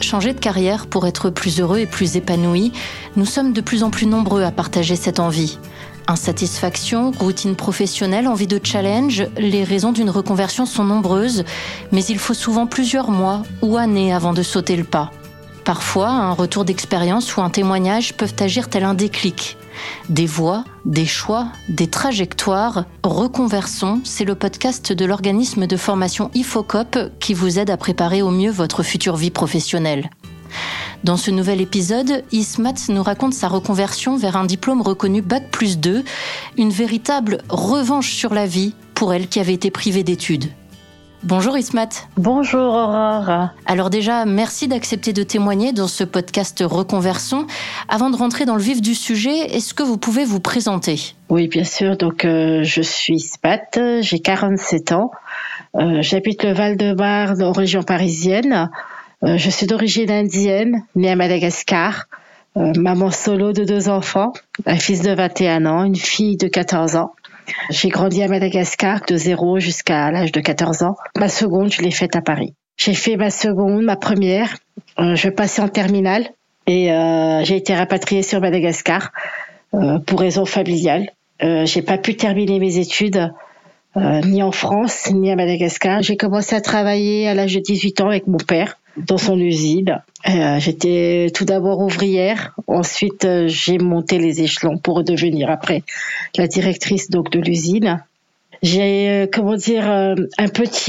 changer de carrière pour être plus heureux et plus épanoui, nous sommes de plus en plus nombreux à partager cette envie. Insatisfaction, routine professionnelle, envie de challenge, les raisons d'une reconversion sont nombreuses, mais il faut souvent plusieurs mois ou années avant de sauter le pas. Parfois, un retour d'expérience ou un témoignage peuvent agir tel un déclic. Des voies, des choix, des trajectoires, Reconversion, c'est le podcast de l'organisme de formation IFOCOP qui vous aide à préparer au mieux votre future vie professionnelle. Dans ce nouvel épisode, Ismat nous raconte sa reconversion vers un diplôme reconnu Bac+2, une véritable revanche sur la vie pour elle qui avait été privée d'études. Bonjour Ismat. Bonjour Aurore. Alors déjà, merci d'accepter de témoigner dans ce podcast Reconversion. Avant de rentrer dans le vif du sujet, est-ce que vous pouvez vous présenter ? Oui, bien sûr. Donc, je suis Ismat, j'ai 47 ans. J'habite le Val-de-Marne, en région parisienne. Je suis d'origine indienne, née à Madagascar. Maman solo de 2 enfants, un fils de 21 ans, une fille de 14 ans. J'ai grandi à Madagascar de 0 jusqu'à l'âge de 14 ans. Ma seconde, je l'ai faite à Paris. J'ai fait ma seconde, ma première. Je passais en terminale et j'ai été rapatriée sur Madagascar pour raisons familiales. J'ai pas pu terminer mes études ni en France ni à Madagascar. J'ai commencé à travailler à l'âge de 18 ans avec mon père dans son usine. J'étais tout d'abord ouvrière, ensuite j'ai monté les échelons pour devenir après la directrice donc de l'usine. J'ai un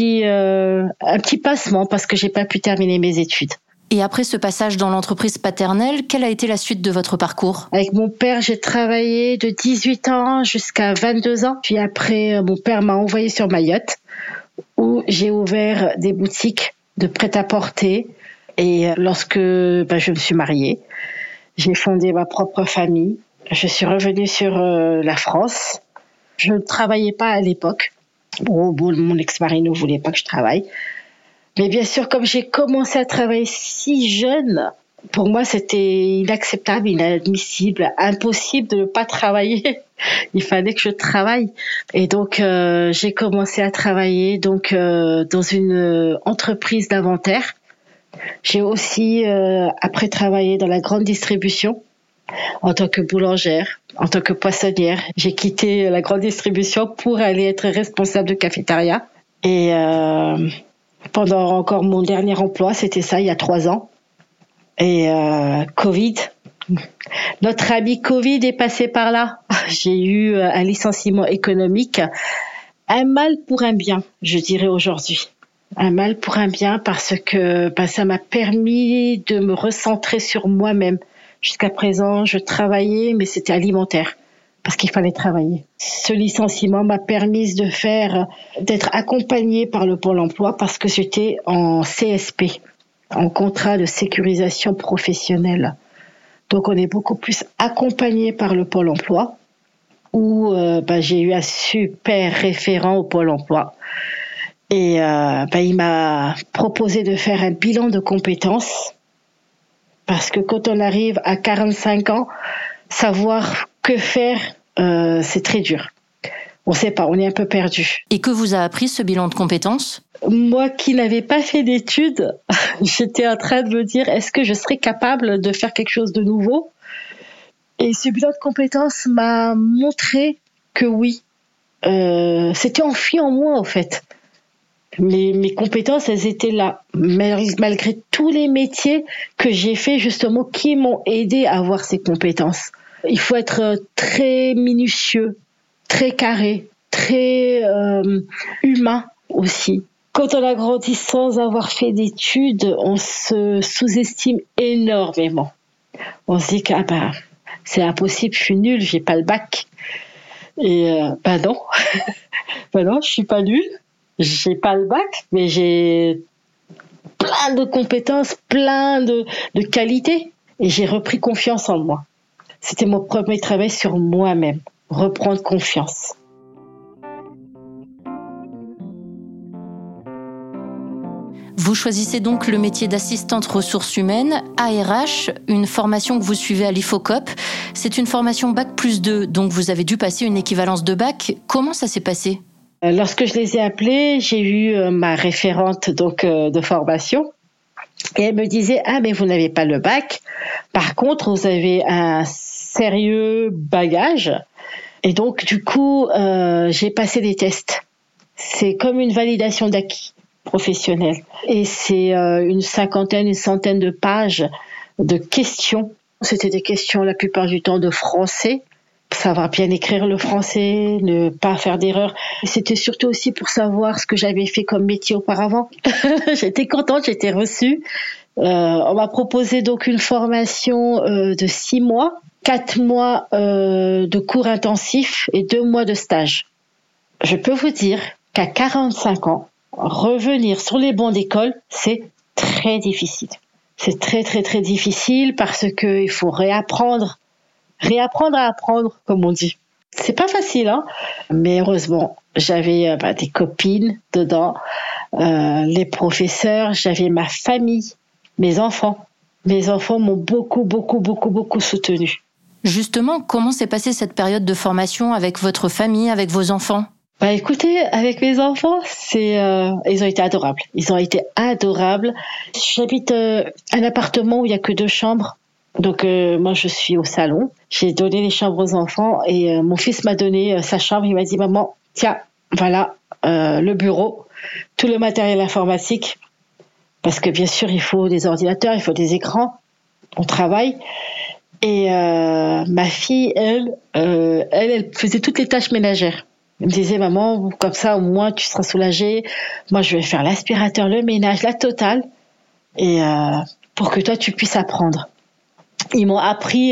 petit passement parce que j'ai pas pu terminer mes études. Et après ce passage dans l'entreprise paternelle, quelle a été la suite de votre parcours ? Avec mon père, j'ai travaillé de 18 ans jusqu'à 22 ans. Puis après, mon père m'a envoyé sur Mayotte où j'ai ouvert des boutiques de prêt-à-porter. Et lorsque je me suis mariée, j'ai fondé ma propre famille. Je suis revenue sur la France. Je ne travaillais pas à l'époque. Mon ex-mari ne voulait pas que je travaille. Mais bien sûr, comme j'ai commencé à travailler si jeune, pour moi, c'était inacceptable, inadmissible, impossible de ne pas travailler. Il fallait que je travaille. Et donc, j'ai commencé à travailler dans une entreprise d'inventaire. J'ai aussi, après, travaillé dans la grande distribution en tant que boulangère, en tant que poissonnière. J'ai quitté la grande distribution pour aller être responsable de cafétéria. Et pendant encore mon dernier emploi, c'était ça, il y a 3 ans. Et Covid, notre ami Covid est passé par là. J'ai eu un licenciement économique, un mal pour un bien, je dirais aujourd'hui. Un mal pour un bien parce que ça m'a permis de me recentrer sur moi-même. Jusqu'à présent, je travaillais, mais c'était alimentaire, parce qu'il fallait travailler. Ce licenciement m'a permis d'être accompagnée par le Pôle emploi parce que j'étais en CSP, en contrat de sécurisation professionnelle. Donc, on est beaucoup plus accompagné par le Pôle emploi, où j'ai eu un super référent au Pôle emploi. Et il m'a proposé de faire un bilan de compétences, parce que quand on arrive à 45 ans, savoir que faire, c'est très dur. On ne sait pas, on est un peu perdu. Et que vous a appris ce bilan de compétences ? Moi qui n'avais pas fait d'études, j'étais en train de me dire, est-ce que je serais capable de faire quelque chose de nouveau ? Et ce bilan de compétences m'a montré que oui, c'était enfui en moi en fait. Mes compétences, elles étaient là, malgré tous les métiers que j'ai faits justement qui m'ont aidé à avoir ces compétences. Il faut être très minutieux, très carré, très humain aussi. Quand on a grandi sans avoir fait d'études, on se sous-estime énormément. On se dit que c'est impossible, je suis nulle, j'ai pas le bac. Et non, non, je suis pas nulle. J'ai pas le bac, mais j'ai plein de compétences, plein de qualités. Et j'ai repris confiance en moi. C'était mon premier travail sur moi-même. Reprendre confiance. Vous choisissez donc le métier d'assistante ressources humaines, ARH, une formation que vous suivez à l'IFOCOP. C'est une formation Bac+2, donc vous avez dû passer une équivalence de bac. Comment ça s'est passé ? Lorsque je les ai appelés, j'ai eu ma référente de formation Et elle me disait, ah, mais vous n'avez pas le bac. Par contre, vous avez un sérieux bagage. Et donc, du coup, j'ai passé des tests. C'est comme une validation d'acquis professionnel. Et c'est une centaine de pages de questions. C'était des questions la plupart du temps de français. Savoir bien écrire le français, ne pas faire d'erreurs. Et c'était surtout aussi pour savoir ce que j'avais fait comme métier auparavant. J'étais contente, j'étais reçue. On m'a proposé donc une formation de 6 mois, 4 mois de cours intensifs et 2 mois de stage. Je peux vous dire qu'à 45 ans, revenir sur les bancs d'école, c'est très difficile. C'est très, très, très difficile parce qu'il faut réapprendre à apprendre, comme on dit. C'est pas facile, hein. Mais heureusement, j'avais des copines dedans, les professeurs, j'avais ma famille, mes enfants. Mes enfants m'ont beaucoup soutenue. Justement, comment s'est passée cette période de formation avec votre famille, avec vos enfants ? Écoutez, avec mes enfants, ils ont été adorables. Ils ont été adorables. J'habite un appartement où il y a que 2 chambres. Donc moi je suis au salon, j'ai donné les chambres aux enfants et mon fils m'a donné sa chambre, il m'a dit maman, tiens, voilà le bureau, tout le matériel informatique, parce que bien sûr il faut des ordinateurs, il faut des écrans, on travaille. Et ma fille, elle faisait toutes les tâches ménagères. Elle me disait maman, comme ça au moins tu seras soulagée, moi je vais faire l'aspirateur, le ménage, la totale, et pour que toi tu puisses apprendre. Ils m'ont appris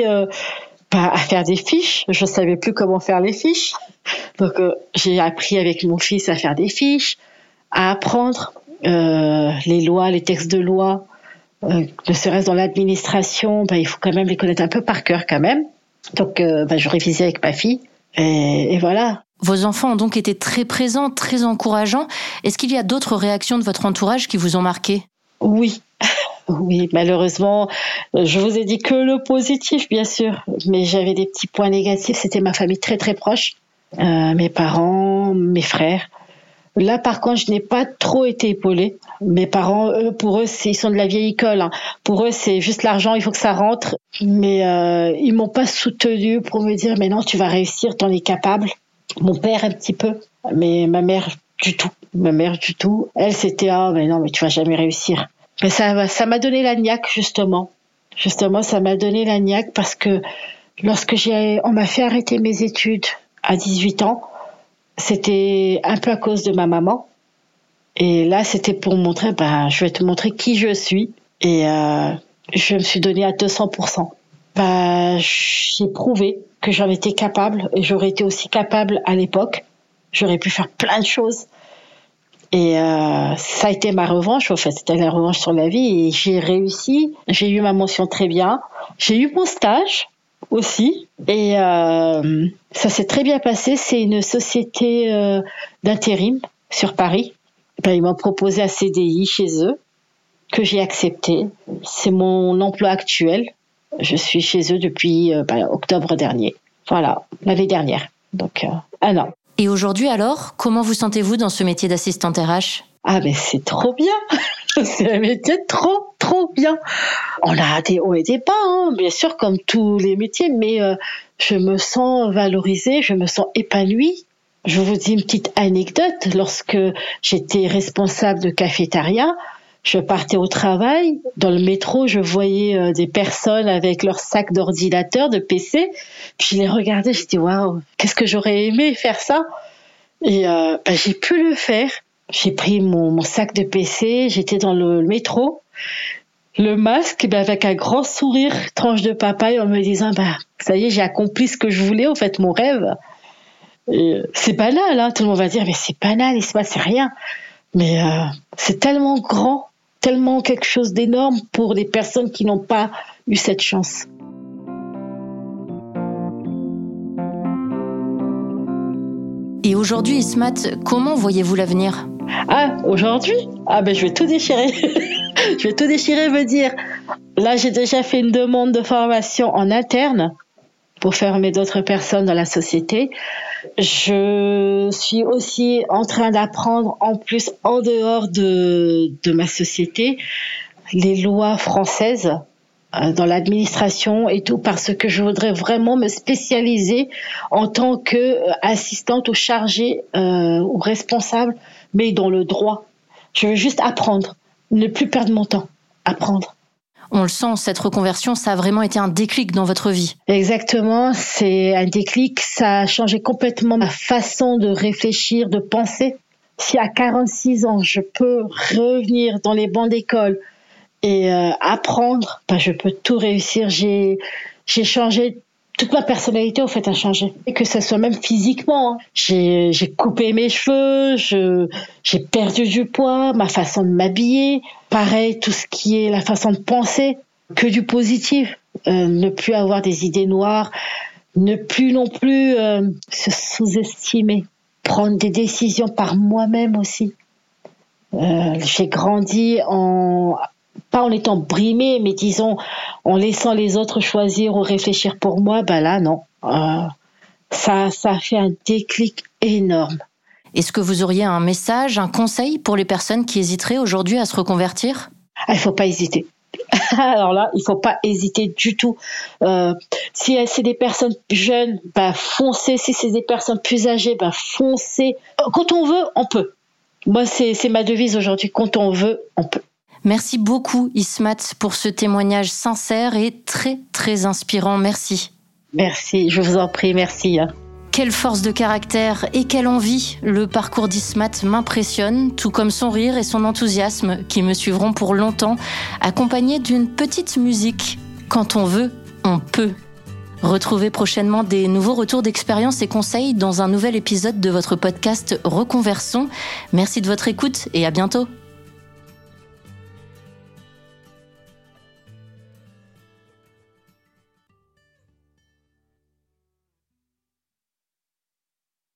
à faire des fiches. Je savais plus comment faire les fiches. Donc, j'ai appris avec mon fils à faire des fiches, à apprendre les lois, les textes de loi. Ne serait-ce dans l'administration, il faut quand même les connaître un peu par cœur quand même. Donc, je révisais avec ma fille. Et voilà. Vos enfants ont donc été très présents, très encourageants. Est-ce qu'il y a d'autres réactions de votre entourage qui vous ont marqué ? Oui. Oui, malheureusement, je vous ai dit que le positif, bien sûr, mais j'avais des petits points négatifs. C'était ma famille très très proche, mes parents, mes frères. Là, par contre, je n'ai pas trop été épaulée. Mes parents, pour eux, ils sont de la vieille école. Hein. Pour eux, c'est juste l'argent, il faut que ça rentre. Mais ils m'ont pas soutenue pour me dire, mais non, tu vas réussir, t'en es capable. Mon père, un petit peu, mais ma mère, du tout. Ma mère, du tout. Elle, c'était, mais non, mais tu vas jamais réussir. Mais ça m'a donné la niaque, justement. Justement, ça m'a donné la niaque parce que lorsque on m'a fait arrêter mes études à 18 ans, c'était un peu à cause de ma maman. Et là, c'était pour montrer, je vais te montrer qui je suis. Et je me suis donnée à 200%. J'ai prouvé que j'en étais capable et j'aurais été aussi capable à l'époque. J'aurais pu faire plein de choses. Et ça a été ma revanche, en fait, c'était la revanche sur la vie et j'ai réussi. J'ai eu ma mention très bien. J'ai eu mon stage aussi et ça s'est très bien passé. C'est une société d'intérim sur Paris. Ils m'ont proposé un CDI chez eux que j'ai accepté. C'est mon emploi actuel. Je suis chez eux depuis octobre dernier. Voilà, l'année dernière. Donc 1 an. Et aujourd'hui alors, comment vous sentez-vous dans ce métier d'assistante RH ? C'est trop bien. C'est un métier trop bien. On a des hauts et des bas, hein, bien sûr, comme tous les métiers, mais je me sens valorisée, je me sens épanouie. Je vous dis une petite anecdote. Lorsque j'étais responsable de cafétéria, je partais au travail. Dans le métro, je voyais des personnes avec leur sac d'ordinateur, de PC. Puis je les regardais, je dis waouh, qu'est-ce que j'aurais aimé faire ça. Et j'ai pu le faire. J'ai pris mon sac de PC, j'étais dans le métro, le masque, avec un grand sourire, tranche de papaye, en me disant ça y est, j'ai accompli ce que je voulais, en fait, mon rêve. Et c'est banal, hein, tout le monde va dire mais c'est banal, il se passe rien. Mais c'est tellement grand, tellement quelque chose d'énorme pour les personnes qui n'ont pas eu cette chance. Et aujourd'hui, Ismat, comment voyez-vous l'avenir ? Aujourd'hui ? Je vais tout déchirer. Je vais tout déchirer, me dire. Là, j'ai déjà fait une demande de formation en interne pour former d'autres personnes dans la société. Je suis aussi en train d'apprendre en plus en dehors de ma société les lois françaises dans l'administration et tout, parce que je voudrais vraiment me spécialiser en tant qu'assistante ou chargée ou responsable, mais dans le droit. Je veux juste apprendre, ne plus perdre mon temps, apprendre. On le sent, cette reconversion, ça a vraiment été un déclic dans votre vie. Exactement, c'est un déclic, ça a changé complètement ma façon de réfléchir, de penser. Si à 46 ans, je peux revenir dans les bancs d'école et apprendre, je peux tout réussir. J'ai changé, toute ma personnalité en fait a changé. Et que ce soit même physiquement. J'ai coupé mes cheveux, j'ai perdu du poids, ma façon de m'habiller. Pareil, tout ce qui est la façon de penser, que du positif. Ne plus avoir des idées noires, ne plus non plus se sous-estimer. Prendre des décisions par moi-même aussi. J'ai grandi pas en étant brimée, mais disons en laissant les autres choisir ou réfléchir pour moi. Là non, ça a fait un déclic énorme. Est-ce que vous auriez un message, un conseil pour les personnes qui hésiteraient aujourd'hui à se reconvertir ? Il faut pas hésiter. Alors là, il faut pas hésiter du tout. Si c'est des personnes jeunes, foncez. Si c'est des personnes plus âgées, foncez. Quand on veut, on peut. Moi, c'est ma devise aujourd'hui. Quand on veut, on peut. Merci beaucoup, Ismat, pour ce témoignage sincère et très, très inspirant. Merci. Merci, je vous en prie, merci. Quelle force de caractère et quelle envie. Le parcours d'Ismat m'impressionne, tout comme son rire et son enthousiasme qui me suivront pour longtemps, accompagnés d'une petite musique. Quand on veut, on peut. Retrouvez prochainement des nouveaux retours d'expérience et conseils dans un nouvel épisode de votre podcast Reconversion. Merci de votre écoute et à bientôt.